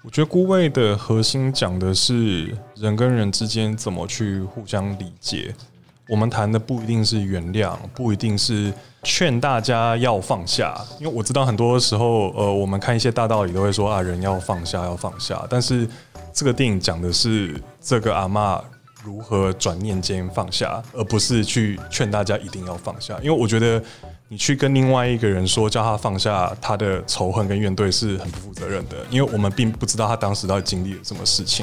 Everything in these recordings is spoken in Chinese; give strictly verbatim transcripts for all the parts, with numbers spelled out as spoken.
我觉得孤味的核心讲的是人跟人之间怎么去互相理解。我们谈的不一定是原谅，不一定是劝大家要放下，因为我知道很多时候，呃，我们看一些大道理都会说啊，人要放下，要放下。但是这个电影讲的是这个阿嬷如何转念间放下，而不是去劝大家一定要放下。因为我觉得你去跟另外一个人说叫他放下他的仇恨跟怨怼是很不负责任的，因为我们并不知道他当时到底经历了什么事情。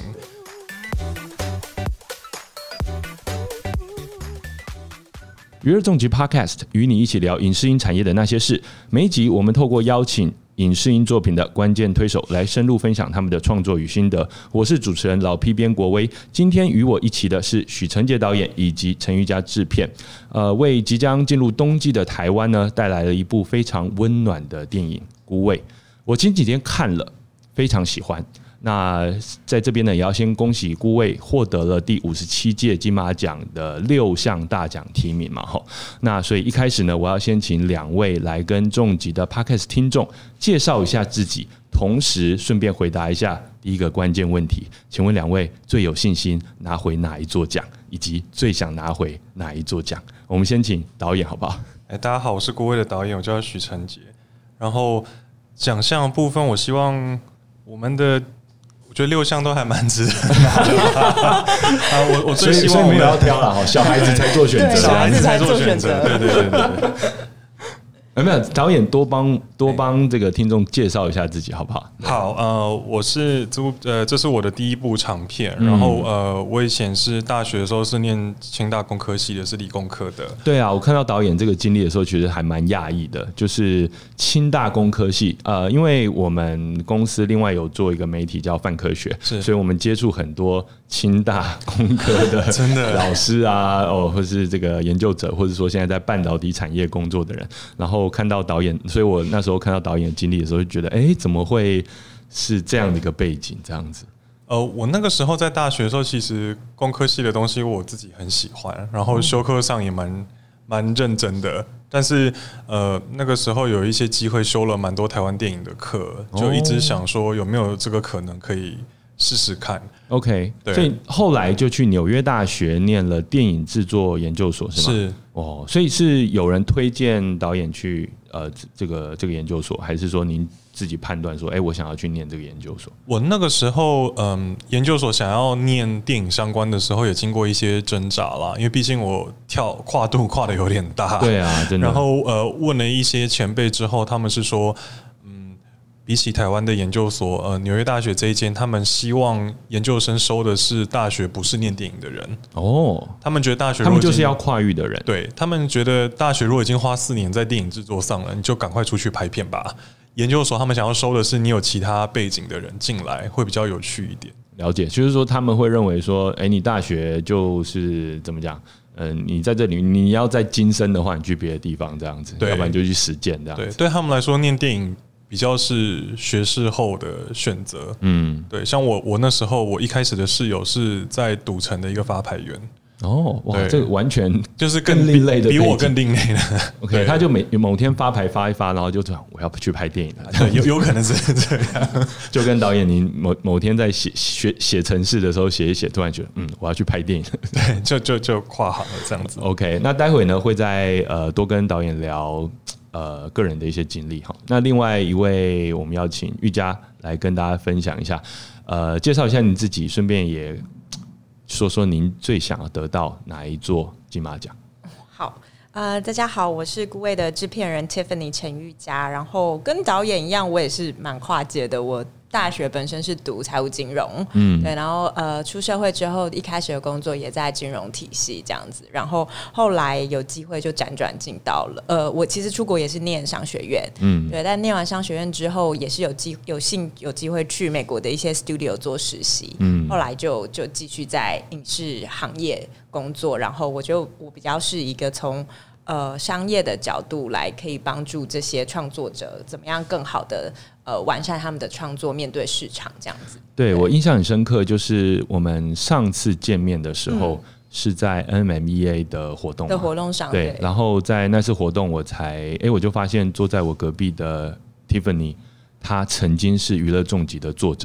娱乐重击 Podcast 与你一起聊影视音产业的那些事。每一集我们透过邀请影视音作品的关键推手来深入分享他们的创作与心得。我是主持人老 P 编国威，今天与我一起的是许承杰导演以及陈玉佳制片，呃，为即将进入冬季的台湾呢带来了一部非常温暖的电影《孤味》。我前几天看了，非常喜欢。那在这边呢，也要先恭喜孤味获得了第五十七届金马奖的六项大奖提名嘛，吼。那所以一开始呢，我要先请两位来跟重击的 Podcast 听众介绍一下自己，同时顺便回答一下第一个关键问题。请问两位最有信心拿回哪一座奖，以及最想拿回哪一座奖？我们先请导演好不好？ 欸、大家好，我是孤味的导演，我叫许承杰。然后奖项的部分，我希望我们的。我觉得六项都还蛮值得拿的啊！我我最希望我们不要挑了，小孩子才做选择， 小孩子才做选择，对对对对对。 有没有导演多帮多帮这个听众介绍一下自己好不好？ 好，呃，我是这部呃，这是我的第一部长片，嗯、然后呃，我以前是大学的时候是念清大工科系的，是理工科的。对啊，我看到导演这个经历的时候，觉得还蛮讶异的，就是清大工科系，呃，因为我们公司另外有做一个媒体叫泛科学，所以我们接触很多清大工科的真的老师啊，哦，或是这个研究者，或者说现在在半导体产业工作的人，然后。看到导演，所以我那时候看到导演的经历的时候，就觉得，哎、欸，怎么会是这样的一个背景？这样子。 呃，我那个时候在大学的时候，其实工科系的东西我自己很喜欢，然后修课上也蛮蛮认真的。但是，呃，那个时候有一些机会修了蛮多台湾电影的课，就一直想说有没有这个可能可以试试看。 OK， 所以后来就去纽约大学念了电影制作研究所，是吗？是。哦，所以是有人推荐导演去呃这个这个研究所，还是说您自己判断说，哎、欸，我想要去念这个研究所？ 我那个时候，嗯，研究所想要念电影相关的时候，也经过一些挣扎啦，因为毕竟我跳跨度跨的有点大。 对啊，真的。 然后呃，问了一些前辈之后，他们是说。比起台湾的研究所，呃，纽约大学这一间，他们希望研究生收的是大学不是念电影的人。哦，他们觉得大学， 他们就是要跨域的人。 对，他们觉得大学如果已经花四年在电影制作上了，你就赶快出去拍片吧。研究所他们想要收的是你有其他背景的人进来，会比较有趣一点。 了解，就是说他们会认为说，哎、欸，你大学就是怎么讲？嗯、呃，你在这里，你要在精深的话，你去别的地方这样子，要不然就去实践这样子。 对，对他们来说，念电影。比较是学士后的选择，嗯，对，像我我那时候我一开始的室友是在赌城的一个发牌员， 哦，哇，这个完全就是更另类的， 比我更另类的。 OK， 他就每某天发牌发一发，然后就讲我要去拍电影了， 对，有有可能是这样， 就跟导演您某某天在写写写程式的时候写一写，突然觉得嗯，我要去拍电影， 对，就就就跨行了这样子。 OK， 那待会呢会再呃多跟导演聊。呃，个人的一些经历哈。那另外一位，我们要请玉佳来跟大家分享一下，呃，介绍一下你自己，顺便也说说您最想要得到哪一座金马奖。 好，呃，大家好，我是孤味的制片人 Tiffany 陈玉佳。然后跟导演一样，我也是蛮跨界的。我大学本身是读财务金融，嗯，对，然后呃出社会之后，一开始的工作也在金融体系这样子，然后后来有机会就辗转进到了，呃，我其实出国也是念商学院，嗯，对，但念完商学院之后，也是有机有幸有机会去美国的一些 studio 做实习，嗯，后来就就继续在影视行业工作，然后我觉得我比较是一个从呃商业的角度来可以帮助这些创作者怎么样更好的。呃，完善他们的创作，面对市场这样子。 对，对我印象很深刻，就是我们上次见面的时候、嗯、是在 N M E A 的活动的活动上， 对。 对然后在那次活动，我才哎、欸，我就发现坐在我隔壁的 Tiffany， 她曾经是娱乐重击的作者。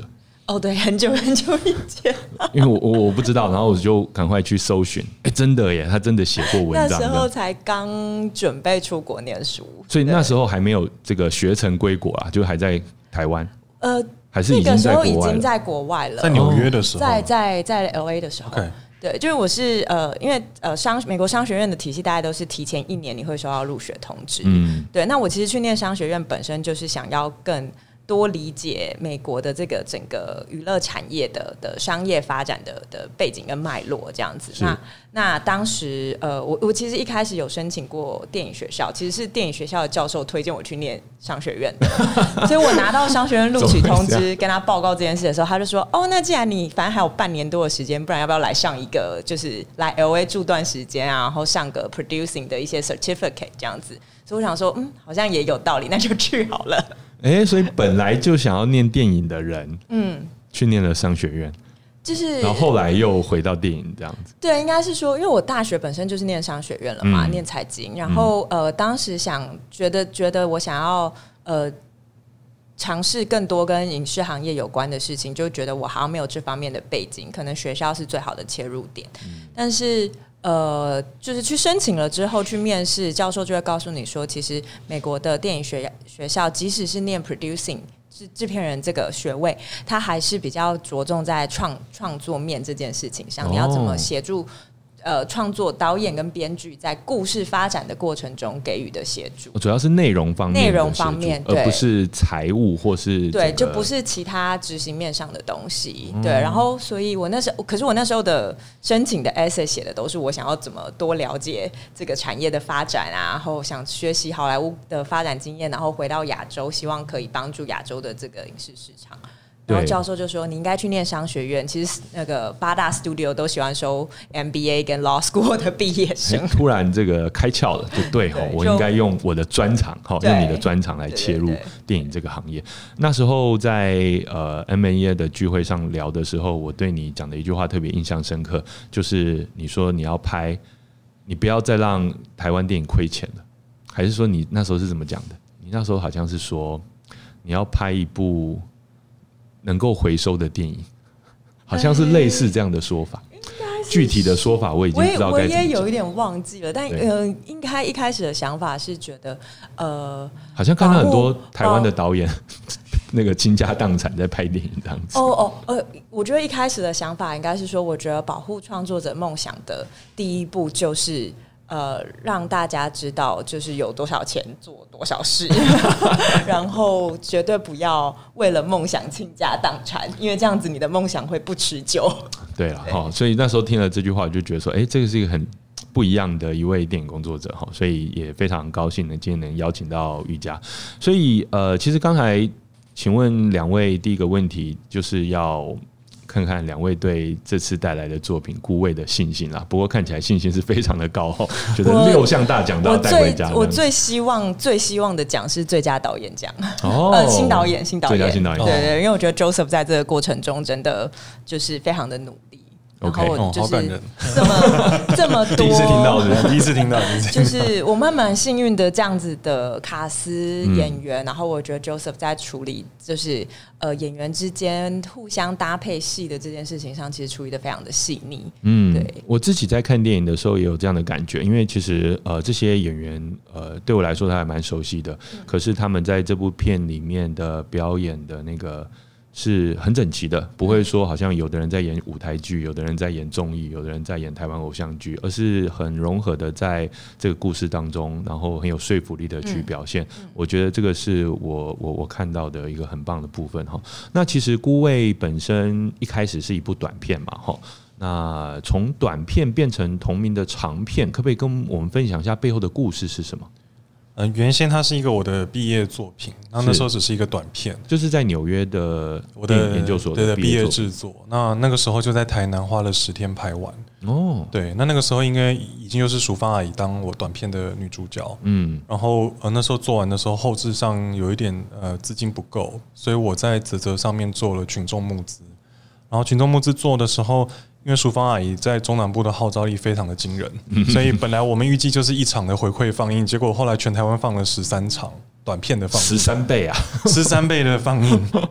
哦，对，很久很久以前， 因为我我我不知道，然后我就赶快去搜寻，哎、欸，真的耶，他真的写过文章。 那时候才刚准备出国念书， 所以那时候还没有这个学成归国啊，就还在台湾。 呃， 还是已经在国外了？ 那个时候已经在国外了， 在纽约的时候， 在在在 L A 的时候。 Okay. 对，就是我是呃，因为呃商美国商学院的体系大概都是提前一年你会收到入学通知。嗯，对。那我其实去念商学院本身就是想要更多理解美国的这个整个娱乐产业的的商业发展的的背景跟脉络这样子。那那当时呃，我我其实一开始有申请过电影学校，其实是电影学校的教授推荐我去念商学院的，所以我拿到商学院录取通知，跟他报告这件事的时候，他就说：“哦，那既然你反正还有半年多的时间，不然要不要来上一个，就是来 L A 住段时间啊，然后上个 producing 的一些 certificate 这样子。”所以我想说，嗯，好像也有道理，那就去好了。 哎、欸，所以本来就想要念电影的人，嗯，去念了商学院， 就是， 然后后来又回到电影这样子。 对，应该是说，因为我大学本身就是念商学院了嘛，嗯、念财经，然后、嗯、呃，当时想觉得觉得我想要呃尝试更多跟影视行业有关的事情，就觉得我好像没有这方面的背景，可能学校是最好的切入点，嗯、但是。呃，就是去申请了之后去面试，教授就会告诉你说，其实美国的电影学学校，即使是念 producing 制制片人这个学位，它还是比较着重在创创作面这件事情上，你要怎么协助呃创作导演跟编剧在故事发展的过程中给予的协助， 主要是内容方面， 内容方面， 而不是财务或是对，就不是其他执行面上的东西。嗯、对，然后所以我那时候，可是我那时候的申请的 essay 写的都是我想要怎么多了解这个产业的发展啊，然后想学习好莱坞的发展经验，然后回到亚洲，希望可以帮助亚洲的这个影视市场。然后教授就说：“你应该去念商学院。其实那个八大 studio 都喜欢收 M B A 跟 Law School 的毕业生。” 突然这个开窍了，就对哈，我应该用我的专长，哈，用你的专长来切入电影这个行业。那时候在呃 M A E 的聚会上聊的时候，我对你讲的一句话特别印象深刻，就是你说你要拍，你不要再让台湾电影亏钱了，还是说你那时候是怎么讲的？你那时候好像是说你要拍一部能够回收的电影，好像是类似这样的说法。具体的说法我已经不知道该怎么讲， 我也有一点忘记了，但呃，应该一开始的想法是觉得，呃， 好像看到很多台湾的导演那个倾家荡产在拍电影这样子。 哦哦，呃，我觉得一开始的想法应该是说，我觉得保护创作者梦想的第一步就是。呃，让大家知道就是有多少钱做多少事，然后绝对不要为了梦想倾家荡产，因为这样子你的梦想会不持久。 对了，哈，所以那时候听了这句话，我就觉得说，哎、欸，这个是一个很不一样的一位电影工作者，哈，所以也非常高兴能今天能邀请到玉嘉。所以呃，其实刚才请问两位第一个问题就是要。看看两位对这次带来的作品《孤味》的信心啦，不过看起来信心是非常的高哦，觉得六项大奖都要带回家。 我最希望最希望的奖是最佳导演奖，哦，呃，新导演，新导演， 最佳新导演， 对对，因为我觉得 Joseph 在这个过程中真的就是非常的努力。然后就是这么这么多， 第一次听到的，第一次听到， 就是我们蛮幸运的这样子的卡司演员，嗯、然后我觉得 Joseph 在处理就是呃演员之间互相搭配戏的这件事情上，其实处理的非常的细腻。嗯，对， 我自己在看电影的时候也有这样的感觉，因为其实呃这些演员呃对我来说他还蛮熟悉的，嗯、可是他们在这部片里面的表演的那个。是很整齐的，不会说好像有的人在演舞台剧，有的人在演综艺，有的人在演台湾偶像剧，而是很融合的在这个故事当中，然后很有说服力的去表现。嗯嗯、我觉得这个是我我我看到的一个很棒的部分哈。那其实《孤味》本身一开始是一部短片嘛哈，那从短片变成同名的长片，可不可以跟我们分享一下背后的故事是什么？ 呃，原先它是一个我的毕业作品，那那时候只是一个短片， 就是在纽约的我的研究所的毕业制作。那那个时候就在台南花了十天拍完。哦，对，那那个时候应该已经就是淑芳阿姨当我短片的女主角。嗯，然后呃那时候做完的时候，后制上有一点呃资金不够，所以我在嘖嘖上面做了群众募资。然后群众募资做的时候。因为淑芳阿姨在中南部的号召力非常的惊人，所以本来我们预计就是一场的回馈放映，结果后来全台湾放了十三场短片的放映， 十三倍啊， 十三倍的放映。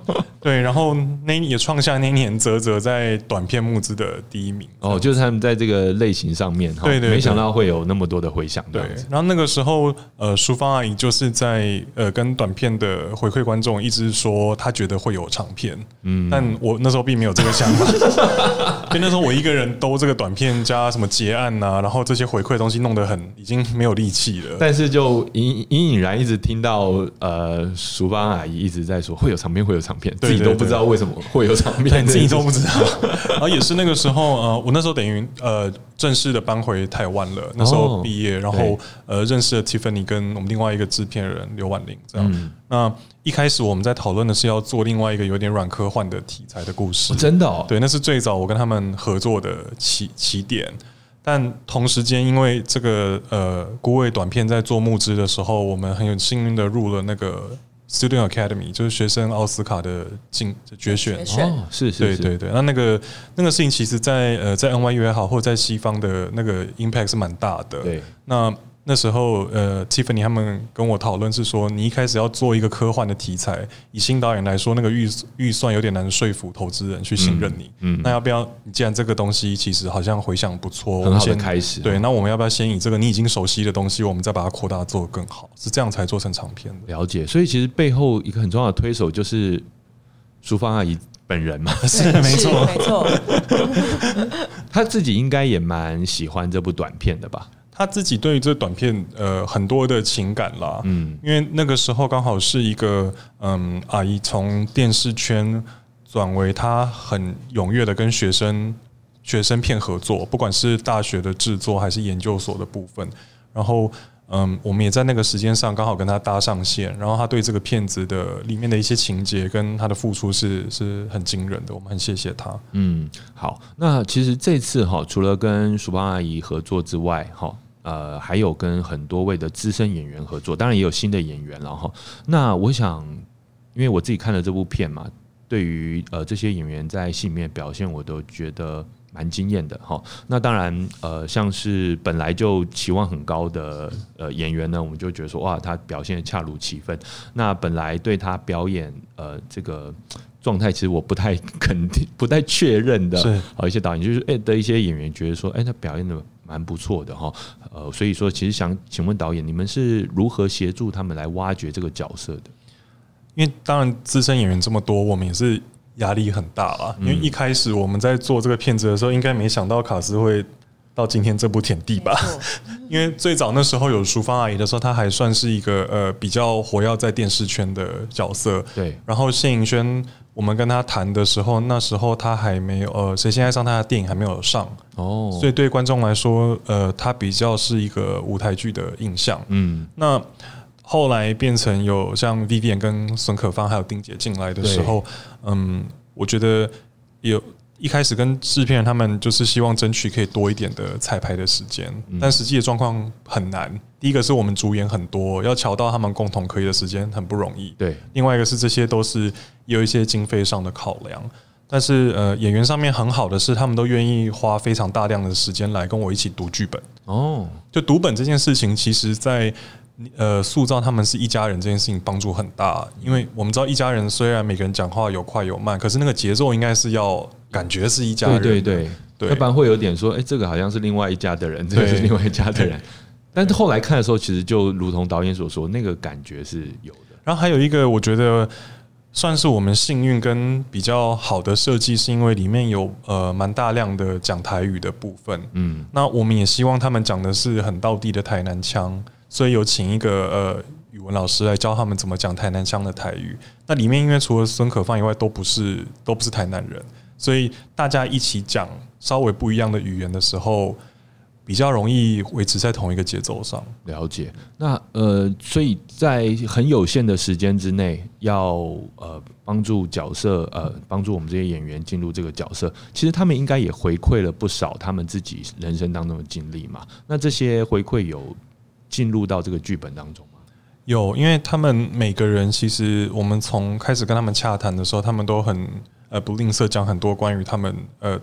对，然后那也创下那一年啧啧在短片募资的第一名。 哦，就是他们在这个类型上面， 对 对, 对， 没想到会有那么多的回响。 对，然后那个时候，呃，淑芳阿姨就是在呃跟短片的回馈观众一直说，她觉得会有长片，嗯，但我那时候并没有这个想法，所以那时候我一个人兜这个短片加什么结案啊，然后这些回馈的东西弄得很已经没有力气了。 但是就隐隐隐然一直听到呃淑芳阿姨一直在说会有长片，会有长片，自己都不知道为什么会有场面， 自己都不知道。然后也是那个时候，呃，我那时候等于呃正式的搬回台湾了，那时候毕业，然后呃认识了 Tiffany 跟我们另外一个制片人刘婉玲这样。嗯、那一开始我们在讨论的是要做另外一个有点软科幻的题材的故事， 哦、真的哦， 对，那是最早我跟他们合作的起起点。但同时间，因为这个呃孤味短片在做募资的时候，我们很有幸运的入了那个。Student Academy 就是学生奥斯卡的竞决选哦，是是， 对对对。那那个那个事情，其实在呃在 N Y U 也好，或者在西方的那个 impact 是蛮大的。 对， 那那时候呃 Tiffany 他们跟我讨论是说，你一开始要做一个科幻的题材，以新导演来说，那个预预算有点难说服投资人去信任你。嗯，嗯那要不要？既然这个东西其实好像回响不错， 很好的开始。 对，那我们要不要先以这个你已经熟悉的东西，我们再把它扩大做得更好？是这样才做成长片的。 了解，所以其实背后一个很重要的推手就是淑芳阿姨本人嘛， 是没错没错。 他自己应该也蛮喜欢这部短片的吧？ 他自己对于这短片呃很多的情感啦，嗯，因为那个时候刚好是一个嗯阿姨从电视圈转为他很踊跃的跟学生学生片合作，不管是大学的制作还是研究所的部分，然后嗯我们也在那个时间上刚好跟他搭上线，然后他对这个片子的里面的一些情节跟他的付出是是很惊人的，我们很谢谢他。 嗯，好，那其实这次哈除了跟淑芳阿姨合作之外，哈。呃，还有跟很多位的资深演员合作，当然也有新的演员了哈。那我想，因为我自己看了这部片嘛，对于呃这些演员在戏里面表现，我都觉得蛮惊艳的哈。那当然，呃，像是本来就期望很高的呃演员呢，我们就觉得说哇，他表现得恰如其分。那本来对他表演呃这个状态，其实我不太肯定、不太确认的，啊，一些导演就是哎、欸、的一些演员觉得说，哎、欸，他表现的蛮不错的哈。呃，所以说，其实想请问导演，你们是如何协助他们来挖掘这个角色的？ 因为当然资深演员这么多，我们也是压力很大啦。因为一开始我们在做这个片子的时候，应该没想到卡斯会到今天这部田地吧？因为最早那时候有淑芳阿姨的时候，她还算是一个呃比较活跃在电视圈的角色。 对。 然后谢盈萱，我们跟她谈的时候，那时候她还没有呃，谁先爱上她的电影还没有上哦，所以对观众来说，呃，她比较是一个舞台剧的印象。嗯。那后来变成有像 Vivian 跟孙可芳还有丁姐进来的时候，嗯，我觉得有。一开始跟制片人他们就是希望争取可以多一点的彩排的时间，但实际的状况很难。第一个是我们主演很多，要瞧到他们共同可以的时间很不容易。 对， 另外一个是这些都是有一些经费上的考量，但是呃演员上面很好的是，他们都愿意花非常大量的时间来跟我一起读剧本。哦，就读本这件事情，其实在呃塑造他们是一家人这件事情帮助很大，因为我们知道一家人虽然每个人讲话有快有慢，可是那个节奏应该是要。感觉是一家人， 对对对，要不然会有点说，哎、欸，这个好像是另外一家的人，这个是另外一家的人。但是后来看的时候，其实就如同导演所说，那个感觉是有的。 然后还有一个，我觉得算是我们幸运跟比较好的设计，是因为里面有呃蛮大量的讲台语的部分。嗯，那我们也希望他们讲的是很道地的台南腔，所以有请一个呃。语文老师来教他们怎么讲台南腔的台语。那里面因为除了孙可芳以外，都不是都不是台南人，所以大家一起讲稍微不一样的语言的时候，比较容易维持在同一个节奏上。 了解。那呃，所以在很有限的时间之内，要呃帮助角色呃帮助我们这些演员进入这个角色，其实他们应该也回馈了不少他们自己人生当中的经历嘛。那这些回馈有进入到这个剧本当中吗？ 有，因为他们每个人其实我们从开始跟他们洽谈的时候，他们都很呃不吝啬讲很多关于他们呃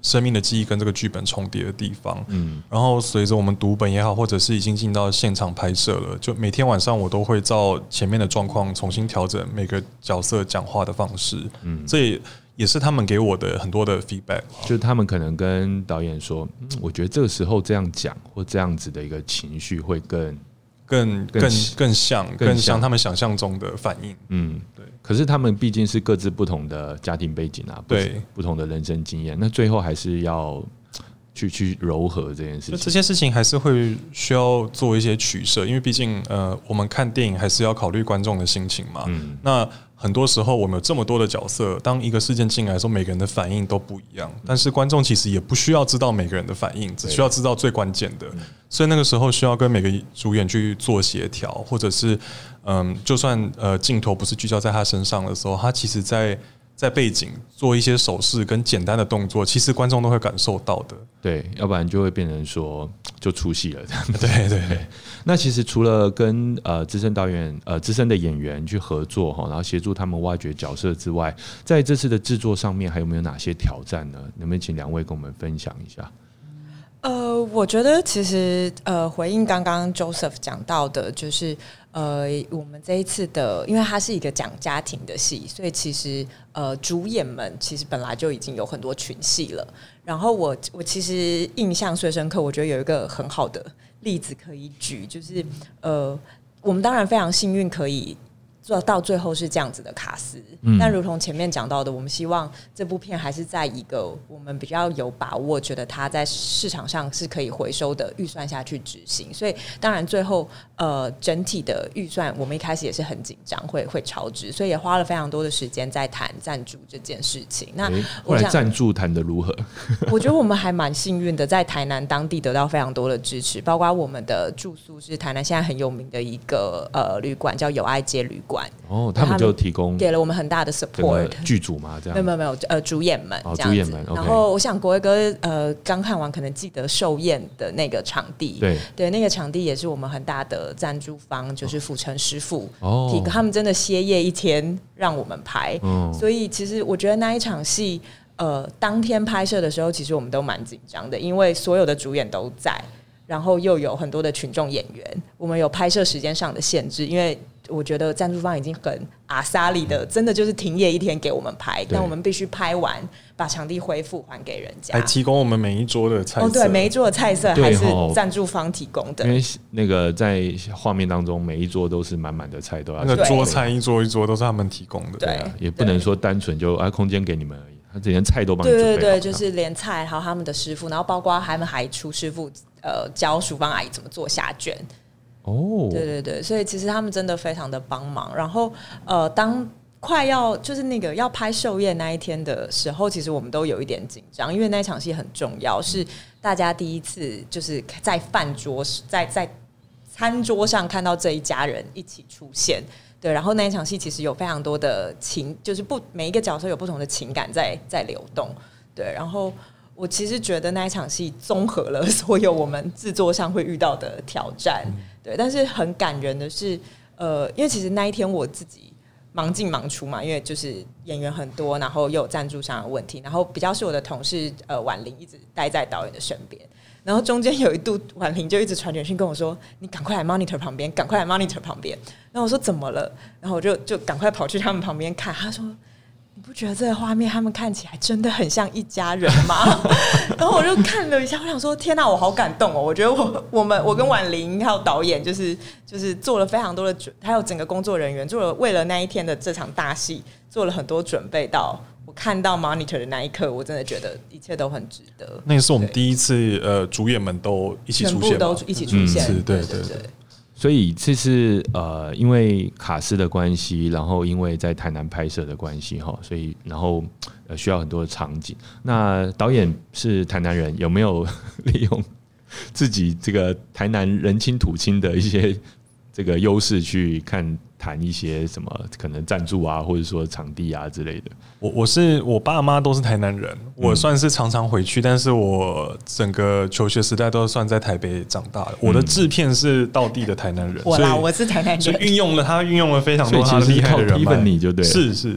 生命的记忆跟这个剧本重叠的地方。嗯，然后随着我们读本也好，或者是已经进到现场拍摄了，就每天晚上我都会照前面的状况重新调整每个角色讲话的方式。嗯，这也也是他们给我的很多的 feedback， 就是他们可能跟导演说，嗯，我觉得这个时候这样讲或这样子的一个情绪会更。 更更更像更像他们想象中的反应，嗯，对。 可是他们毕竟是各自不同的家庭背景啊， 对， 不同的人生经验，那最后还是要去去柔和这件事情。 这些事情还是会需要做一些取舍，因为毕竟呃，我们看电影还是要考虑观众的心情嘛。嗯，那很多时候我们有这么多的角色，当一个事件进来的时候，每个人的反应都不一样。但是观众其实也不需要知道每个人的反应，只需要知道最关键的。所以那个时候需要跟每个主演去做协调，或者是嗯，就算呃镜头不是聚焦在他身上的时候，他其实在在背景做一些手势跟简单的动作，其实观众都会感受到的。 对，要不然就会变成说就出戏了这样。 对对对。 那其实除了跟呃资深导演呃资深的演员去合作哈，然后协助他们挖掘角色之外，在这次的制作上面还有没有哪些挑战呢？能不能请两位跟我们分享一下？ 呃，我觉得其实呃，回应刚刚 Joseph 讲到的，就是呃，我们这一次的，因为它是一个讲家庭的戏，所以其实呃，主演们其实本来就已经有很多群戏了。然后我我其实印象最深刻，我觉得有一个很好的例子可以举，就是呃，我们当然非常幸运可以做到最后是这样子的卡司，嗯，但如同前面讲到的，我们希望这部片还是在一个我们比较有把握，觉得它在市场上是可以回收的预算下去执行。所以当然最后呃整体的预算，我们一开始也是很紧张，会会超支，所以也花了非常多的时间在谈赞助这件事情。那后来赞助谈得如何？ 我觉得我们还蛮幸运的，在台南当地得到非常多的支持，包括我们的住宿是台南现在很有名的一个呃旅馆，叫友爱街旅馆。 哦，他们就提供给了我们很大的 support， 剧组嘛，这样没有没有没有呃主演们这样子， 哦、主演们。 然后我想国威哥呃刚看完可能记得寿宴的那个场地， 对对，那个场地也是我们很大的赞助方，就是府城师傅哦， 提供他们真的歇业一天让我们拍，哦、所以其实我觉得那一场戏呃当天拍摄的时候，其实我们都蛮紧张的，因为所有的主演都在。然后又有很多的群众演员，我们有拍摄时间上的限制，因为我觉得赞助方已经很阿萨里的，真的就是停业一天给我们拍，但我们必须拍完，把场地恢复还给人家， 还提供我们每一桌的菜色。 哦，对，每一桌的菜色还是赞助方提供的， 因为那个在画面当中，每一桌都是满满的菜，都要那个桌菜一桌一桌都是他们提供的， 对， 对啊，也不能说单纯就啊空间给你们而已。他连菜都帮你准备好， 对对对，就是连菜，还有他们的师傅，然后包括他们还出师傅，呃，教厨房阿姨怎么做虾卷。 哦， 对对对，所以其实他们真的非常的帮忙。然后，呃，当快要就是那个要拍寿宴那一天的时候，其实我们都有一点紧张，因为那一场戏很重要，是大家第一次就是在饭桌，在在餐桌上看到这一家人一起出现。对，然后那一场戏其实有非常多的情，就是不每一个角色有不同的情感在在流动。对，然后我其实觉得那一场戏综合了所有我们制作上会遇到的挑战。对，但是很感人的是，呃，因为其实那一天我自己忙进忙出嘛，因为就是演员很多，然后又有赞助商的问题，然后比较是我的同事呃婉玲一直待在导演的身边。然后中间有一度，婉玲就一直传简讯跟我说：“你赶快来 monitor 旁边，赶快来 monitor 旁边。”然后我说：“怎么了？”然后我就就赶快跑去他们旁边看。他说：“你不觉得这个画面他们看起来真的很像一家人吗？”然后我就看了一下，我想说：“天哪，我好感动哦！我觉得我我们我跟婉玲还有导演，就是就是做了非常多的准，还有整个工作人员做了为了那一天的这场大戏做了很多准备到。”我看到 monitor 的那一刻，我真的觉得一切都很值得。 那也是我们第一次，呃，主演们都一起出现， 全部都一起出现， 嗯、对对 对, 对。 所以这是呃，因为卡司的关系，然后因为在台南拍摄的关系哈，所以然后呃需要很多的场景。那导演是台南人，有没有利用自己这个台南人亲土亲的一些这个优势去看谈一些什么可能赞助啊，或者说场地啊之类的？ 我我是我爸妈都是台南人，我算是常常回去，嗯、但是我整个求学时代都算在台北长大的。我的制片是道地的台南人， 我啦，我是台南人， 所以运用了他运用了非常多他厉害的人脉， 你就对了， 是是。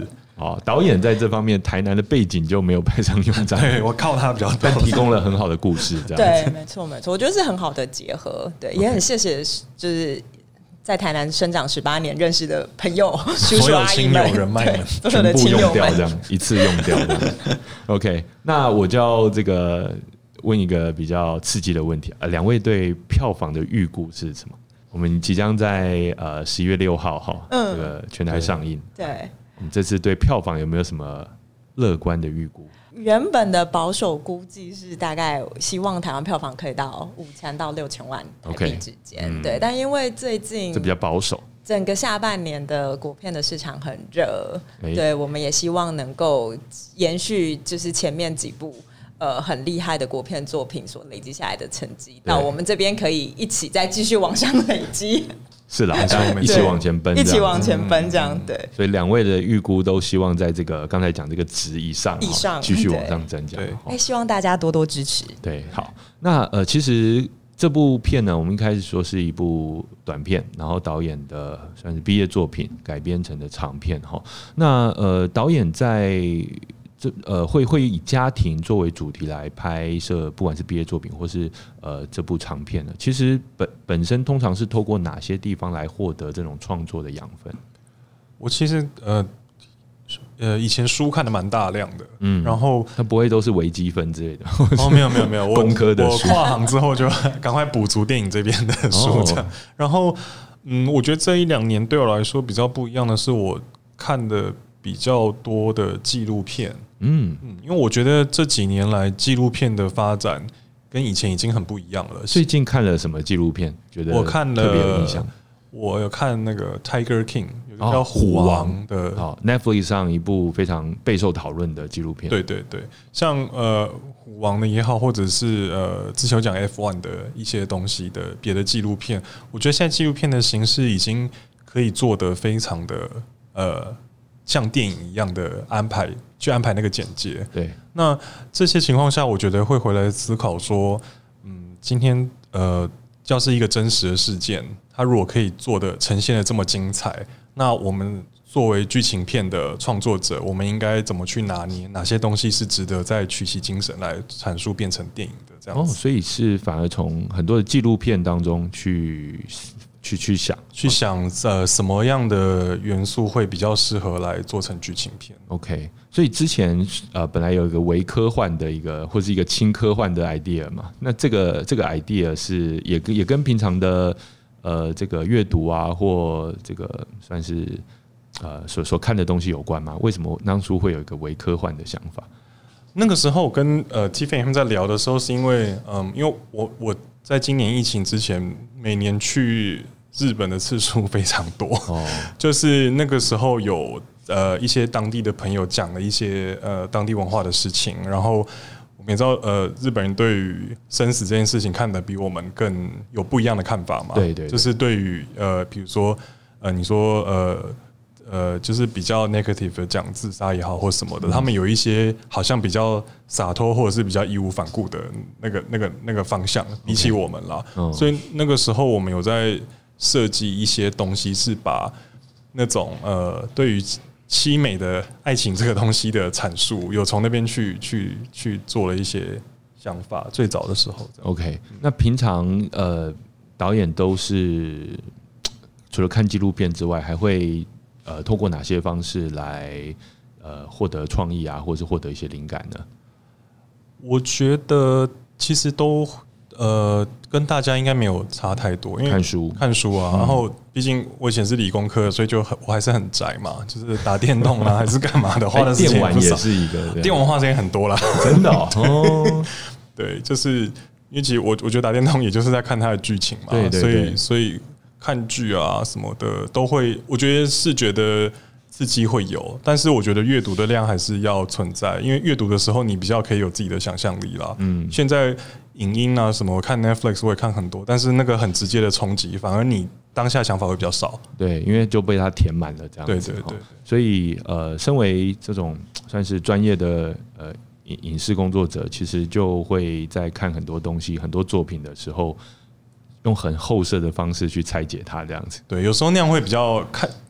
好，导演在这方面台南的背景就没有派上用场， 对我靠他比较多， 但提供了很好的故事，这样对，没错没错，我觉得是很好的结合，对，也很谢谢就是在台南生长十八年认识的朋友、叔叔阿姨们、 所有亲友人脉们， 所有的亲友们， 这样一次用掉这样。OK， 那我就要这个问一个比较刺激的问题啊，两位对票房的预估是什么？我们即将在呃十一月六号哈，嗯，这个全台上映。 对， 我们这次对票房有没有什么乐观的预估？ 原本的保守估计是大概希望台湾票房可以到五千到六千万台币之间， okay， 对。但因为最近这比较保守， 整个下半年的国片的市场很热，欸，对，我们也希望能够延续就是前面几部呃很厉害的国片作品所累积下来的成绩，那我们这边可以一起再继续往上累积。 是啦，一起往前奔， 一起往前奔，这样对。 所以两位的预估都希望在这个刚才讲这个值以上，以上继续往上增加。对， 哎，希望大家多多支持。 对，好，那呃，其实这部片呢，我们一开始说是一部短片，然后导演的算是毕业作品改编成的长片哈。那呃，导演在这呃会会以家庭作为主题来拍摄，不管是毕业作品或是呃这部长片呢，其实本本身通常是透过哪些地方来获得这种创作的养分？ 我其实呃呃以前书看的蛮大量的，嗯，然后它不会都是微积分之类的哦，没有没有没有，我工科的书，我跨行之后就赶快补足电影这边的书这样，哦，然后嗯，我觉得这一两年对我来说比较不一样的是，我看的比较多的纪录片。嗯嗯，因为我觉得这几年来纪录片的发展跟以前已经很不一样了。 最近看了什么纪录片？觉得我看了特别有印象。 我有看那个 Tiger King， 有个叫《虎王》的， 哦 ，Netflix 上一部非常备受讨论的纪录片。 对对对，像呃《虎王》的也好，或者是呃之前有讲 F 一 的一些东西的别的纪录片，我觉得现在纪录片的形式已经可以做得非常的呃。像电影一样的安排，去安排那个简介。 对， 那这些情况下，我觉得会回来思考说，嗯，今天呃，要是一个真实的事件，它如果可以做的呈现的这么精彩，那我们作为剧情片的创作者，我们应该怎么去拿捏哪些东西是值得再取其精神来阐述变成电影的这样子？ 哦，所以是反而从很多的纪录片当中去。去去想， 去想，呃，什么样的元素会比较适合来做成剧情片 ？OK， 所以之前呃本来有一个微科幻的一个或是一个轻科幻的 idea 嘛，那这个这个 idea 是也也跟平常的呃这个阅读啊或这个算是呃所所看的东西有关吗？为什么当初会有一个微科幻的想法？ 那个时候跟呃 Tiffany 他们在聊的时候，是因为嗯，因为我我在今年疫情之前，每年去日本的次数非常多，哦，就是那个时候有呃一些当地的朋友讲了一些呃当地文化的事情，然后我们也知道呃日本人对于生死这件事情看得比我们更有不一样的看法嘛， 对 对, 对， 就是对于呃比如说呃你说呃。呃，就是比较 negative 的讲自杀也好或什么的，他们有一些好像比较洒脱或者是比较义无反顾的那个、那个、那个方向，比起我们啦。Okay. 所以那个时候我们有在设计一些东西，是把那种呃对于凄美的爱情这个东西的阐述，有从那边去去去做了一些想法。最早的时候 ，OK， 那平常呃导演都是除了看纪录片之外，还会。呃，透过哪些方式来呃获得创意啊，或是获得一些灵感呢？ 我觉得其实都呃跟大家应该没有差太多，因为看书看书啊，嗯、然后毕竟我以前是理工科，所以就很我还是很宅嘛，就是打电动啊还是干嘛的，花的时间电玩也是一个， 电玩花时间很多啦， 真的哦。哦对，就是因为其实我我觉得打电动也就是在看它的剧情嘛， 对对对， 所以所以。看剧啊什么的都会，我觉得视觉的刺激会有，但是我觉得阅读的量还是要存在，因为阅读的时候你比较可以有自己的想象力啦。嗯，现在影音啊什么，我看 Netflix 我也看很多，但是那个很直接的冲击，反而你当下想法会比较少。 对，因为就被它填满了这样子。 对对 对, 对， 所以呃，身为这种算是专业的呃影影视工作者，其实就会在看很多东西、很多作品的时候。用很后设的方式去拆解它，这样子。 对，有时候那样会比较看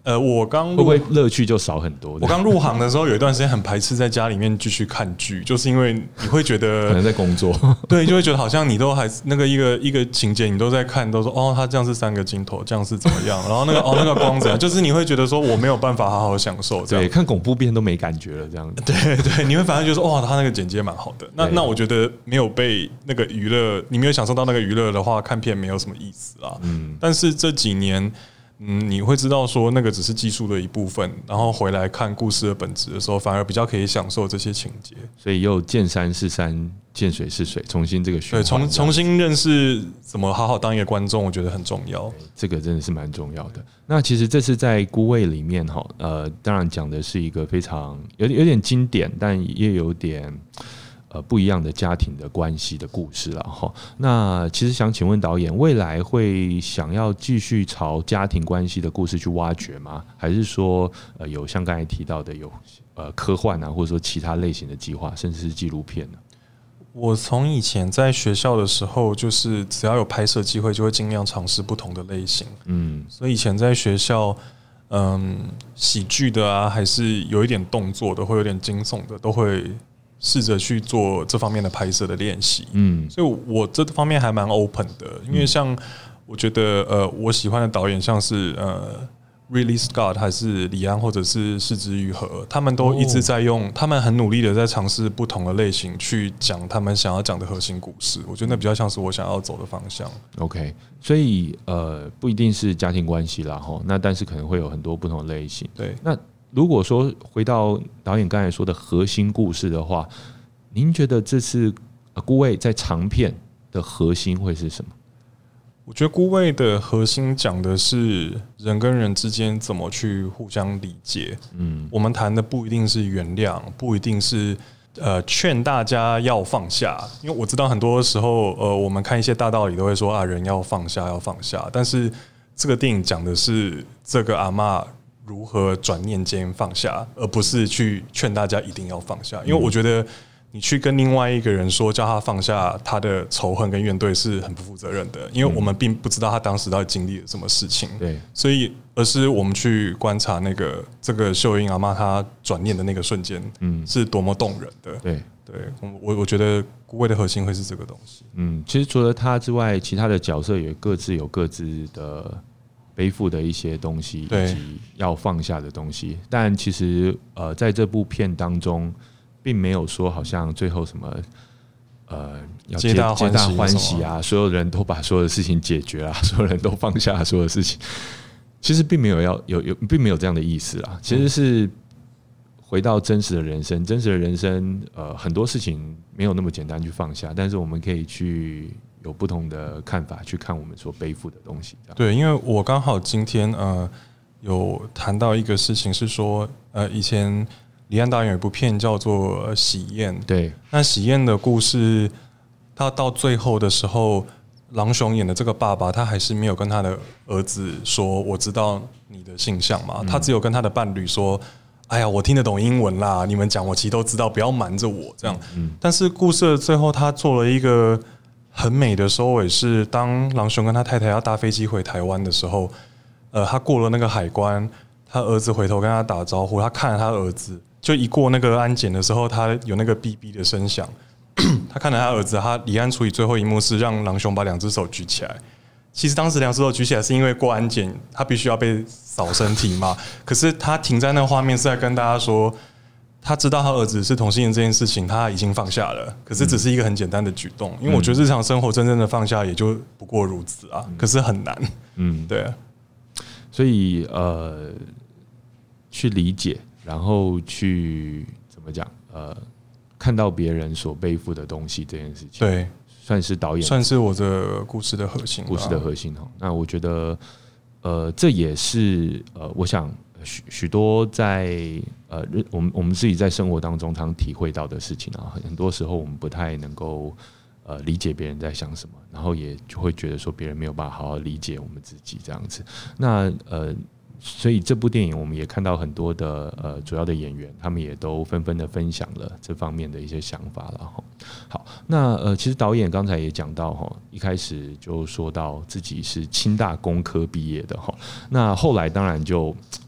呃，我刚会不会乐趣就少很多？ 我刚入行的时候，有一段时间很排斥在家里面继续看剧，就是因为你会觉得可能在工作， 对，就会觉得好像你都还那个一个一个情节，你都在看，都说哦，他这样是三个镜头，这样是怎么样，然后那个哦那个光怎样，就是你会觉得说我没有办法好好享受这样。 对，看恐怖片都没感觉了，这样子。 对对，你会反而觉得说哇，他那个剪接蛮好的。那那我觉得没有被那个娱乐，你没有享受到那个娱乐的话，看片没有什么意思啦。嗯，但是这几年。嗯，你会知道说那个只是技术的一部分，然后回来看故事的本质的时候，反而比较可以享受这些情节。 所以又见山是山，见水是水，重新这个循环， 对，重重新认识怎么好好当一个观众，我觉得很重要。 这个真的是蛮重要的。那其实这次在孤味里面哈，呃，当然讲的是一个非常有点有点经典，但也有点。呃，不一样的家庭的关系的故事了哈。那其实想请问导演，未来会想要继续朝家庭关系的故事去挖掘吗？还是说，呃，有像刚才提到的有呃科幻啊，或者说其他类型的计划，甚至是纪录片呢？ 我从以前在学校的时候，就是只要有拍摄机会，就会尽量尝试不同的类型。嗯，所以以前在学校，嗯，喜剧的啊，还是有一点动作的，会有点惊悚的，都会。试着去做这方面的拍摄的练习，嗯，所以我这方面还蛮 open 的，因为像我觉得呃，我喜欢的导演像是呃 Ridley Scott 还是李安或者是是枝裕和，他们都一直在用，他们很努力的在尝试不同的类型去讲他们想要讲的核心故事，我觉得那比较像是我想要走的方向。 OK， 所以呃不一定是家庭关系啦齁，那但是可能会有很多不同的类型。 对， 那。如果说回到导演刚才说的核心故事的话，您觉得这次孤味在长片的核心会是什么？ 我觉得孤味的核心讲的是人跟人之间怎么去互相理解。嗯，我们谈的不一定是原谅，不一定是呃劝大家要放下，因为我知道很多时候呃我们看一些大道理都会说啊人要放下要放下，但是这个电影讲的是这个阿嬷。如何转念间放下，而不是去劝大家一定要放下。因为我觉得你去跟另外一个人说叫他放下他的仇恨跟怨怼是很不负责任的，因为我们并不知道他当时到底经历了什么事情。对，所以而是我们去观察那个这个秀英阿嬷她转念的那个瞬间，嗯，是多么动人的。对对，我我觉得孤味的核心会是这个东西。 嗯，其实除了他之外，其他的角色也各自有各自的。背负的一些东西，以及要放下的东西，但其实呃，在这部片当中，并没有说好像最后什么呃要皆大欢喜啊，所有人都把所有的事情解决了，所有人都放下所有的事情，其实并没有要有有，并没有这样的意思啦。其实是回到真实的人生，真实的人生，呃，很多事情没有那么简单去放下，但是我们可以去。有不同的看法去看我们所背负的东西。 对，因为我刚好今天呃有谈到一个事情，是说呃以前李安导演有一部片叫做《喜宴》， 对， 那《喜宴》的故事，他到最后的时候，郎雄演的这个爸爸，他还是没有跟他的儿子说我知道你的性向嘛，嗯、他只有跟他的伴侣说。哎呀，我听得懂英文啦，你们讲我其实都知道，不要瞒着我这样。嗯、但是故事的最后，他做了一个。很美的收尾是，当郎雄跟他太太要搭飞机回台湾的时候，呃，他过了那个海关，他儿子回头跟他打招呼，他看了他儿子，就一过那个安检的时候，他有那个哔哔的声响，他看了他儿子，他李安处理最后一幕是让郎雄把两只手举起来。其实当时两只手举起来是因为过安检，他必须要被扫身体嘛，可是他停在那个画面是在跟大家说。他知道他儿子是同性恋这件事情，他已经放下了。可是只是一个很简单的举动，因为我觉得日常生活真正的放下也就不过如此啊。可是很难，嗯，对。 所以呃，去理解，然后去怎么讲？呃，看到别人所背负的东西这件事情， 对， 算是导演， 算是我的故事的核心， 故事的核心哈。那我觉得，呃，这也是呃，我想。许许多在呃，我们我们自己在生活当中常体会到的事情啊，很多时候我们不太能够呃理解别人在想什么，然后也就会觉得说别人没有办法好好理解我们自己这样子。那呃，所以这部电影我们也看到很多的呃主要的演员，他们也都纷纷的分享了这方面的一些想法了哈。好，那呃，其实导演刚才也讲到哈，一开始就说到自己是清大工科毕业的哈，那后来当然就。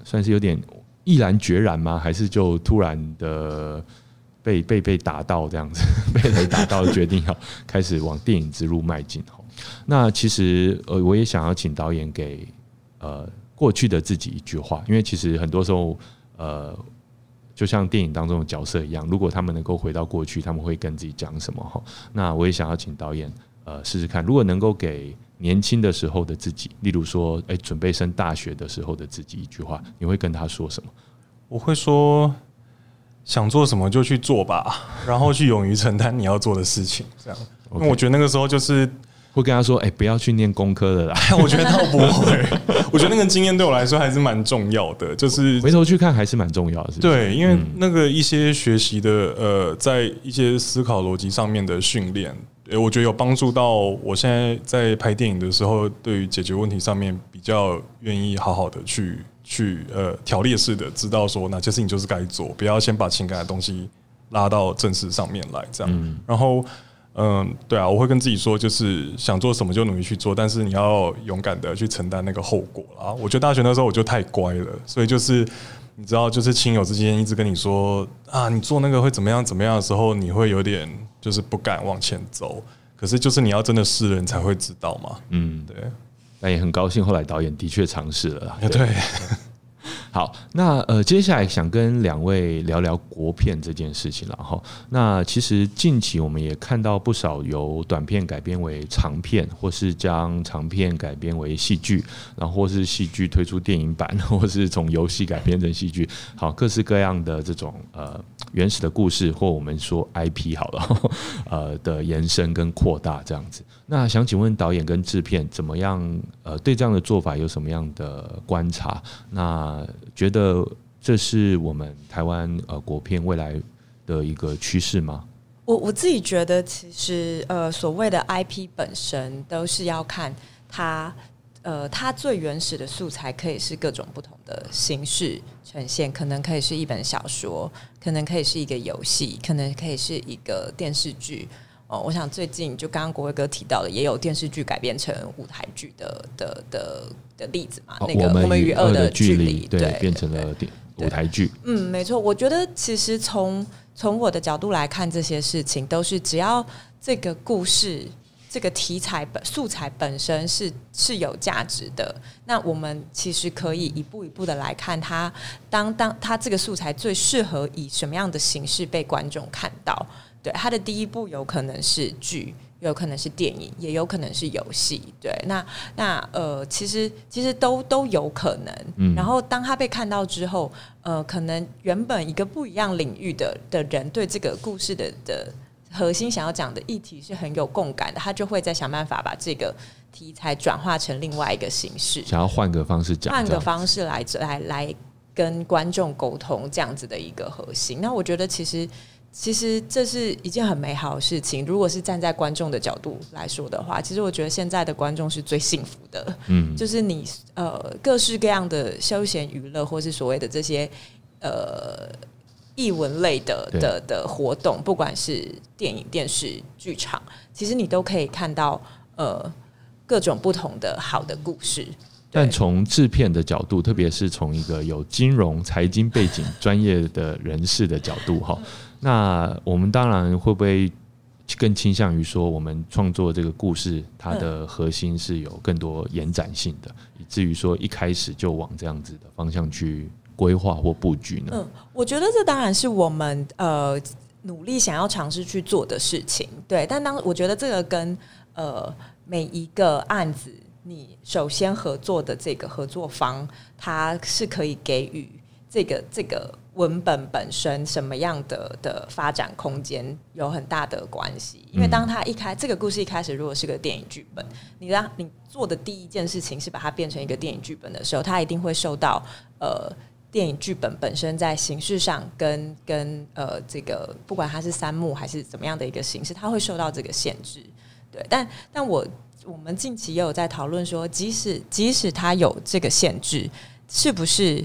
算是有点毅然决然吗？还是就突然的被被被打到这样子，被雷打到，决定要开始往电影之路迈进？那其实呃，我也想要请导演给呃过去的自己一句话，因为其实很多时候呃，就像电影当中的角色一样，如果他们能够回到过去，他们会跟自己讲什么？哈，那我也想要请导演呃试试看，如果能够给年轻的时候的自己，例如说，哎、欸，准备升大学的时候的自己一句话，你会跟他说什么？ 我会说，想做什么就去做吧，然后去勇于承担你要做的事情，这样。因为我觉得那个时候就是会跟他说，哎、欸，不要去念工科的啦。 我觉得倒不会，我觉得那个经验对我来说还是蛮重要的，就是回头去看还是蛮重要的是不是。 对，因为那个一些学习的呃，在一些思考逻辑上面的训练。我觉得有帮助到我现在在拍电影的时候，对于解决问题上面比较愿意好好的去去呃条列式的知道说哪些事情就是该做，不要先把情感的东西拉到正事上面来，这样。嗯、然后嗯、呃，对啊，我会跟自己说，就是想做什么就努力去做，但是你要勇敢的去承担那个后果啦。我觉得大学那时候我就太乖了，所以就是。你知道，就是亲友之间一直跟你说啊，你做那个会怎么样怎么样的时候，你会有点就是不敢往前走。可是就是你要真的试了，你才会知道嘛。嗯，对。 但也很高兴，后来导演的确尝试了啦。 对。对好，那呃，接下来想跟两位聊聊国片这件事情了哈。那其实近期我们也看到不少由短片改编为长片，或是将长片改编为戏剧，然后或是戏剧推出电影版，或是从游戏改编成戏剧，好，各式各样的这种呃原始的故事，或我们说 I P 好了，呃的延伸跟扩大这样子。那想请问导演跟制片怎么样？呃，对这样的做法有什么样的观察？那觉得这是我们台湾呃国片未来的一个趋势吗？ 我我自己觉得，其实呃所谓的 I P 本身都是要看它呃它最原始的素材，可以是各种不同的形式呈现，可能可以是一本小说，可能可以是一个游戏，可能可以是一个电视剧。哦，我想最近就刚刚国威哥提到的，也有电视剧改编成舞台剧的的的的例子嘛？ 哦、 那个我们与恶的距离， 对，对变成了舞台剧。 嗯，没错。我觉得其实从从我的角度来看，这些事情都是只要这个故事、这个题材本素材本身是是有价值的，那我们其实可以一步一步的来看它，当当它这个素材最适合以什么样的形式被观众看到。对，它的第一步有可能是剧，有可能是电影，也有可能是游戏。对，那那呃，其实其实都都有可能。嗯，然后当他被看到之后，呃，可能原本一个不一样领域的的人对这个故事的的核心想要讲的议题是很有共感的，他就会再想办法把这个题材转化成另外一个形式， 想要换个方式讲， 换个方式来来来跟观众沟通这样子的一个核心。那我觉得其实。其实这是一件很美好的事情。如果是站在观众的角度来说的话，其实我觉得现在的观众是最幸福的。嗯，就是你呃各式各样的休闲娱乐，或是所谓的这些呃艺文类的的的活动，不管是电影、电视、剧场，其实你都可以看到呃各种不同的好的故事。 但从制片的角度，特别是从一个有金融、财经背景专业的人士的角度哈。那我们当然会不会更倾向于说，我们创作这个故事，它的核心是有更多延展性的，以至于说一开始就往这样子的方向去规划或布局呢？ 嗯，我觉得这当然是我们呃努力想要尝试去做的事情，对。但当我觉得这个跟呃每一个案子，你首先合作的这个合作方，它是可以给予这个这个。文本本身什么样的的发展空间有很大的关系，因为当他一开这个故事一开始如果是个电影剧本，你让你做的第一件事情是把它变成一个电影剧本的时候，它一定会受到呃电影剧本本身在形式上跟跟呃这个不管它是三幕还是怎么样的一个形式，它会受到这个限制。对，但但我我们近期也有在讨论说，即使即使它有这个限制，是不是？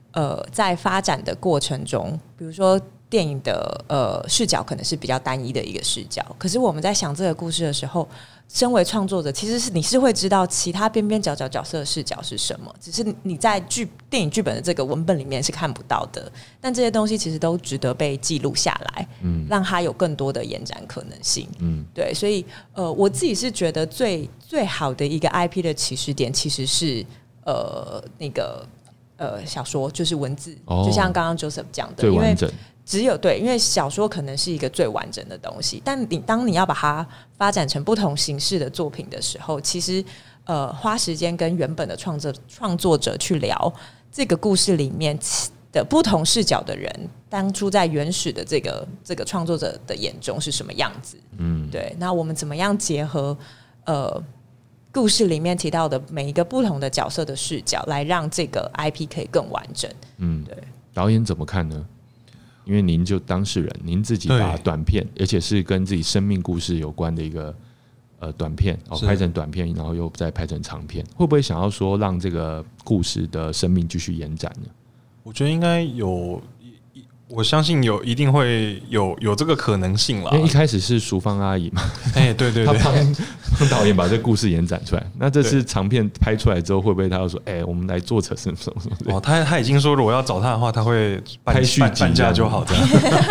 呃，在发展的过程中，比如说电影的呃视角可能是比较单一的一个视角，可是我们在想这个故事的时候，身为创作者，其实是你是会知道其他边边角角角色的视角是什么，只是你在剧电影剧本的这个文本里面是看不到的。但这些东西其实都值得被记录下来，嗯，让它有更多的延展可能性。嗯，对，所以呃，我自己是觉得最最好的一个 I P 的起始点其实是呃那个呃小说，就是文字，哦、就像刚刚 Joseph 讲的， 最完整。 因为只有对，因为小说可能是一个最完整的东西，但你当你要把它发展成不同形式的作品的时候，其实呃花时间跟原本的创作创作者去聊这个故事里面的不同视角的人，当初在原始的这个这个创作者的眼中是什么样子？嗯，对。那我们怎么样结合呃故事里面提到的每一个不同的角色的视角，来让这个 I P 可以更完整？嗯，对。 导演怎么看呢？因为您就当事人，您自己把短片，而且是跟自己生命故事有关的一个呃短片，哦，拍成短片，然后又再拍成长片，会不会想要说让这个故事的生命继续延展呢？ 我觉得应该有，我相信有一定会有有这个可能性啦。 因为一开始是淑芳阿姨嘛， 哎、欸，对对对， 她帮帮导演把这个故事延展出来。那这次长片拍出来之后，会不会他要说，哎、欸，我们来做成什么什么什么？ 哦，他他已经说，如果要找他的话，他会拍续集半价就好这样。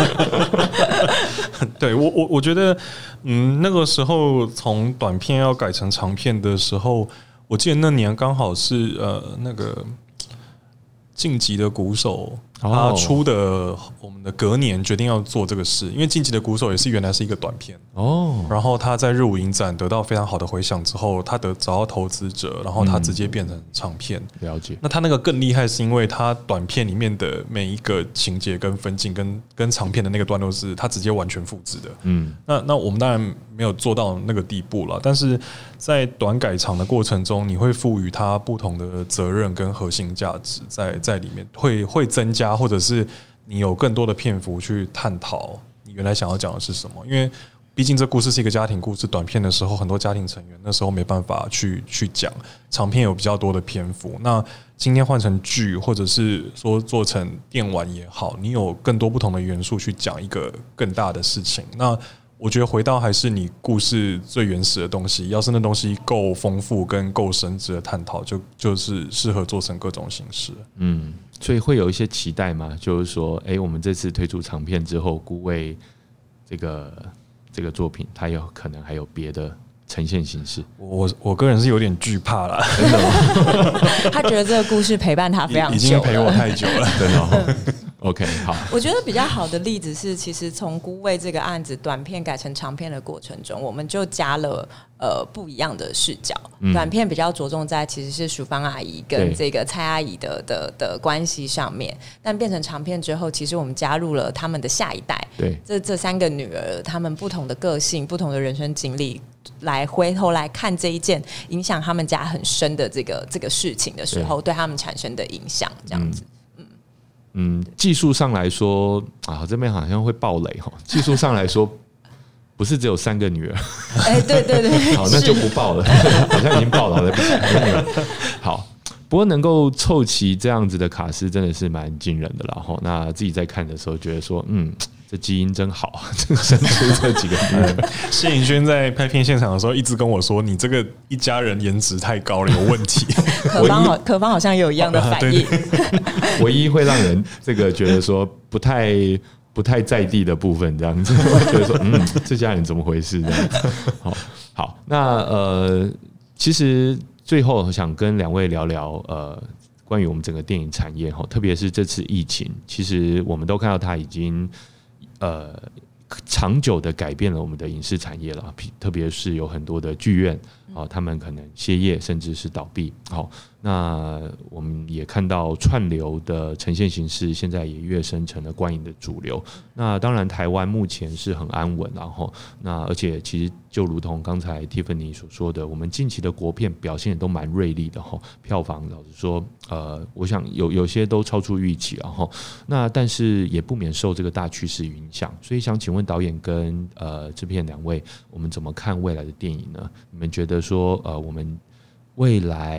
对我我我觉得，嗯，那个时候从短片要改成长片的时候，我记得那年刚好是呃那个晋级的鼓手。他出的我们的隔年决定要做这个事，因为晋级的鼓手也是原来是一个短片哦，然后他在日舞影展得到非常好的回响之后，他得找到投资者，然后他直接变成长片。 嗯、了解。 那他那个更厉害，是因为他短片里面的每一个情节跟分镜跟跟长片的那个段落是他直接完全复制的。嗯，那那我们当然没有做到那个地步了，但是在短改长的过程中，你会赋予它不同的责任跟核心价值在在里面，会会增加。或者是你有更多的篇幅去探讨你原来想要讲的是什么，因为毕竟这故事是一个家庭故事，短片的时候很多家庭成员那时候没办法去去讲，长片有比较多的篇幅。那今天换成剧，或者是说做成电玩也好，你有更多不同的元素去讲一个更大的事情。那我觉得回到还是你故事最原始的东西，要是那东西够丰富跟够深值的探讨，就就是适合做成各种形式。 嗯。所以会有一些期待吗？就是说，哎、欸，我们这次推出长片之后，孤味这个这个作品，它有可能还有别的呈现形式。 我我个人是有点惧怕啦，真的吗？ 他觉得这个故事陪伴他非常久了， 已经陪我太久了，真的。 OK， 好。 我觉得比较好的例子是，其实从孤味这个案子短片改成长片的过程中，我们就加了呃不一样的视角。嗯、短片比较着重在其实是淑芳阿姨跟这个蔡阿姨的的的关系上面，但变成长片之后，其实我们加入了他们的下一代， 对， 这这三个女儿，她们不同的个性、不同的人生经历，来回头来看这一件影响他们家很深的这个这个事情的时候，对他们产生的影响，这样子。嗯嗯，技术上来说啊，这边好像会爆雷哈。技术上来说，不是只有三个女儿。 哎、欸，对对对， 好，那就不爆了，好像已经爆了，对不起。好，不过能够凑齐这样子的卡司，真的是蛮惊人的啦。那自己在看的时候，觉得说，嗯。这基因真好，生出这几个女儿。 谢颖轩在拍片现场的时候，一直跟我说：“你这个一家人颜值太高了，有问题。” 可芳好，可芳好像有一样的反应。 唯一会让人这个觉得说不太不太在地的部分，这样子，觉得说，嗯，这家人怎么回事？这样子。好，好，那呃，其实最后想跟两位聊聊呃。关于我们整个电影产业，特别是这次疫情，其实我们都看到它已经呃长久的改变了我们的影视产业了，特别是有很多的剧院啊，他们可能歇业甚至是倒闭。好，那我们也看到串流的呈现形式现在也跃升成了观影的主流。那当然，台湾目前是很安稳，然后那而且其实就如同刚才 Tiffany 所说的，我们近期的国片表现也都蛮锐利的哈，票房老实说，呃，我想有有些都超出预期了哈。那但是也不免受这个大趋势影响，所以想请问导演跟呃制片两位，我们怎么看未来的电影呢？你们觉得说呃我们未来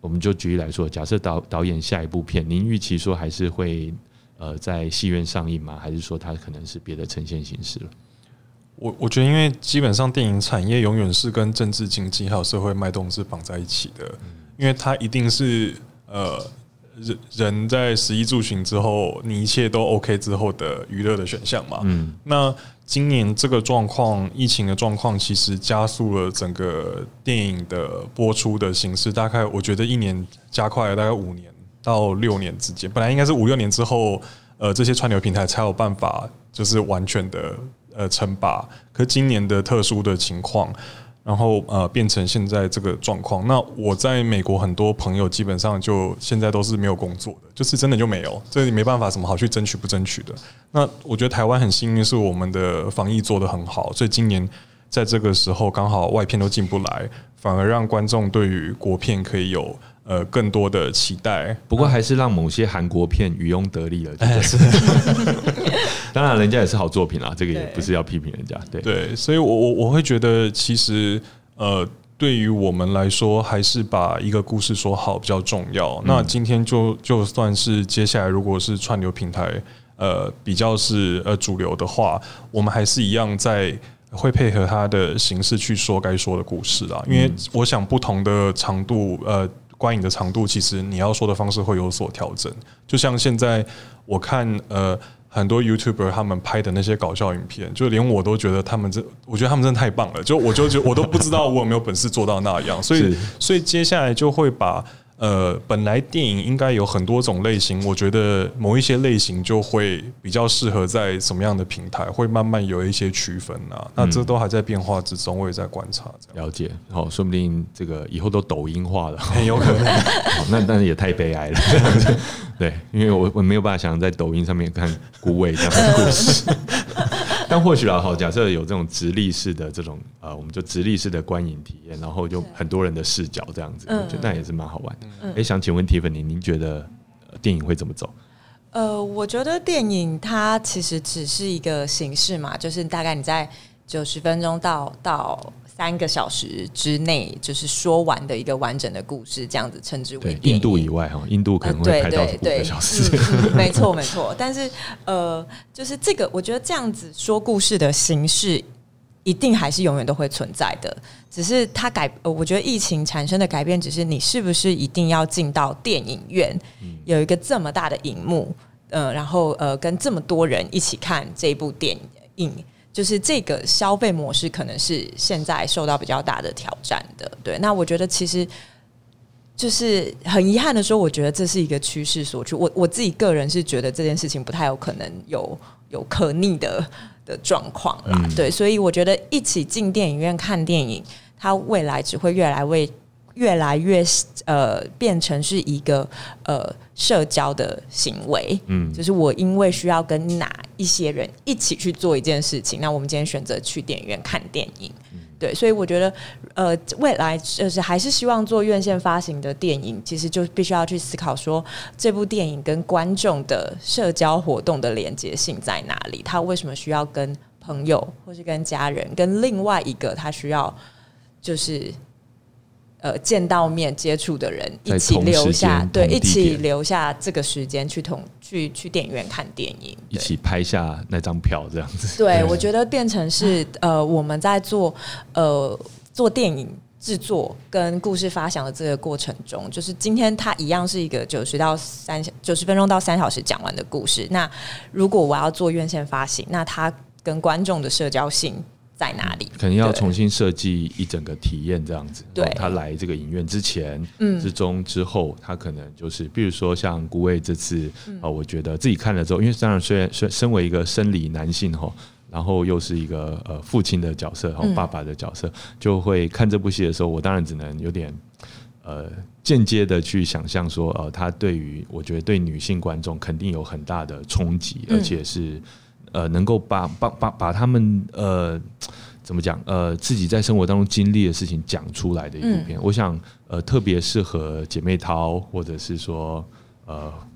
我们就举例来说，假设导导演下一部片，您预期说还是会呃在戏院上映吗？还是说它可能是别的呈现形式了？ 我我觉得，因为基本上电影产业永远是跟政治经济还有社会脉动是绑在一起的，因为它一定是呃。人人在食衣住行之后，你一切都 OK 之后的娱乐的选项嘛。嗯，那今年这个状况，疫情的状况，其实加速了整个电影的播出的形式。大概我觉得一年加快了大概五年到六年之间，本来应该是五六年之后，呃，这些串流平台才有办法就是完全的呃称霸。可今年的特殊的情况。然后呃，变成现在这个状况。那我在美国很多朋友基本上就现在都是没有工作的，就是真的就没有，这没办法什么好去争取不争取的。那我觉得台湾很幸运，是我们的防疫做得很好，所以今年在这个时候刚好外片都进不来，反而让观众对于国片可以有呃更多的期待。 不过还是让某些韩国片渔翁得利了，对不对？当然，人家也是好作品啦，这个也不是要批评人家。对对，所以我我我会觉得，其实呃，对于我们来说，还是把一个故事说好比较重要。嗯、那今天就就算是接下来，如果是串流平台呃比较是呃主流的话，我们还是一样在会配合它的形式去说该说的故事啦。因为我想不同的长度呃。观影的长度，其实你要说的方式会有所调整。就像现在我看呃很多 YouTuber 他们拍的那些搞笑影片，就连我都觉得他们这，我觉得他们真的太棒了。就我就觉得我都不知道我有没有本事做到那样。所以所以接下来就会把呃本来电影应该有很多种类型，我觉得某一些类型就会比较适合在什么样的平台，会慢慢有一些区分啊。那这都还在变化之中，我也在观察。 了解，好，说不定这个以后都抖音化了， 很有可能。 那但是也太悲哀了，对，因为我我没有办法想在抖音上面看孤味这样的故事。但或许啦，好，假设有这种直立式的这种呃，我们就直立式的观影体验，然后就很多人的视角这样子，我觉得那也是蛮好玩的。哎、嗯，想请问 Tiffany， 您觉得电影会怎么走？ 呃，我觉得电影它其实只是一个形式嘛，就是大概你在九十分钟到到三个小时之内，就是说完的一个完整的故事，这样子称之为电影。 印度以外哈，印度可能会拍到五个小时。 对对对嗯嗯、没错没错。但是呃，就是这个，我觉得这样子说故事的形式，一定还是永远都会存在的。只是它改，呃，我觉得疫情产生的改变，只是你是不是一定要进到电影院，嗯、有一个这么大的荧幕，呃，然后呃，跟这么多人一起看这部电影。就是这个消费模式可能是现在受到比较大的挑战的，对。那我觉得其实就是很遗憾的说，我觉得这是一个趋势所趋。我我自己个人是觉得这件事情不太有可能有有可逆的的状况啦，嗯、对。所以我觉得一起进电影院看电影，它未来只会越来越越来越呃变成是一个呃社交的行为，嗯，就是我因为需要跟哪一些人一起去做一件事情，那我们今天选择去电影院看电影，嗯、对，所以我觉得呃未来就是还是希望做院线发行的电影，其实就必须要去思考说这部电影跟观众的社交活动的连接性在哪里，他为什么需要跟朋友或是跟家人，跟另外一个他需要就是。呃，见到面接触的人一起留下，对，一起留下这个时间去同去去电影院看电影， 一起拍下那张票，这样子。 对，我觉得变成是呃，我们在做呃做电影制作跟故事发想的这个过程中，就是今天它一样是一个九十到三九十分钟到三小时讲完的故事。那如果我要做院线发行，那它跟观众的社交性。在哪里？ 可能要重新设计一整个体验，这样子。 对， 他来这个影院之前、嗯、之中、之后，他可能就是，比如说像孤味这次，嗯呃、我觉得自己看了之后，因为当然虽然身为一个生理男性哈，然后又是一个呃父亲的角色，嗯、爸爸的角色，就会看这部戏的时候，我当然只能有点呃间接的去想象说，呃，他对于我觉得对女性观众肯定有很大的冲击，而且是。呃，能够把把把把他们呃怎么讲呃自己在生活当中经历的事情讲出来的一部片，嗯、我想呃特别适合姐妹淘或者是说呃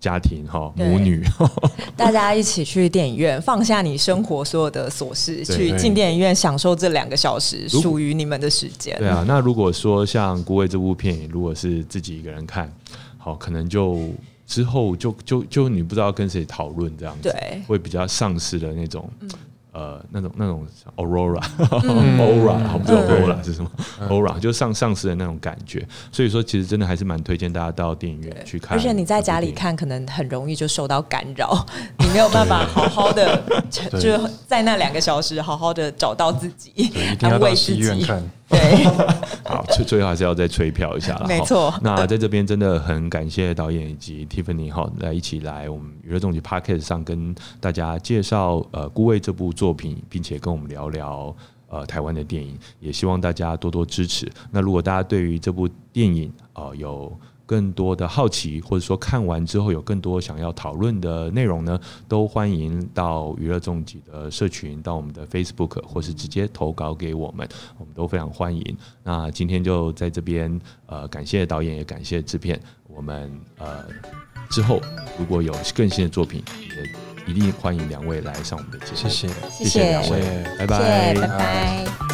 家庭哈母女， 大家一起去电影院，放下你生活所有的琐事，去进电影院享受这两个小时属于你们的时间。 对啊，那如果说像《孤味》这部片，如果是自己一个人看，好，可能就之后就就就你不知道跟谁讨论这样子，对，会比较丧失的那种。嗯呃，那种那种 aurora，aura， 好不知道 aurora 是什么 ，aura 就上上司的那种感觉，所以说其实真的还是蛮推荐大家到电影院去看。 而且你在家里看，可能很容易就受到干扰，你没有办法好好的，就是在那两个小时好好的找到自己， 一定要到戏院看。 对， 好，最最后还是要再吹票一下了。 没错。 那在这边真的很感谢导演以及 Tiffany 哈，来一起来我们娱乐重击 Podcast 上跟大家介绍呃《孤味》这部作品，并且跟我们聊聊呃台湾的电影，也希望大家多多支持。那如果大家对于这部电影呃有更多的好奇，或者说看完之后有更多想要讨论的内容呢，都欢迎到娱乐重击的社群，到我们的 Facebook， 或是直接投稿给我们，我们都非常欢迎。那今天就在这边呃感谢导演，也感谢制片。我们呃之后如果有更新的作品，也一定欢迎两位来上我们的节目。 谢谢， 谢谢两位，拜拜， 拜拜。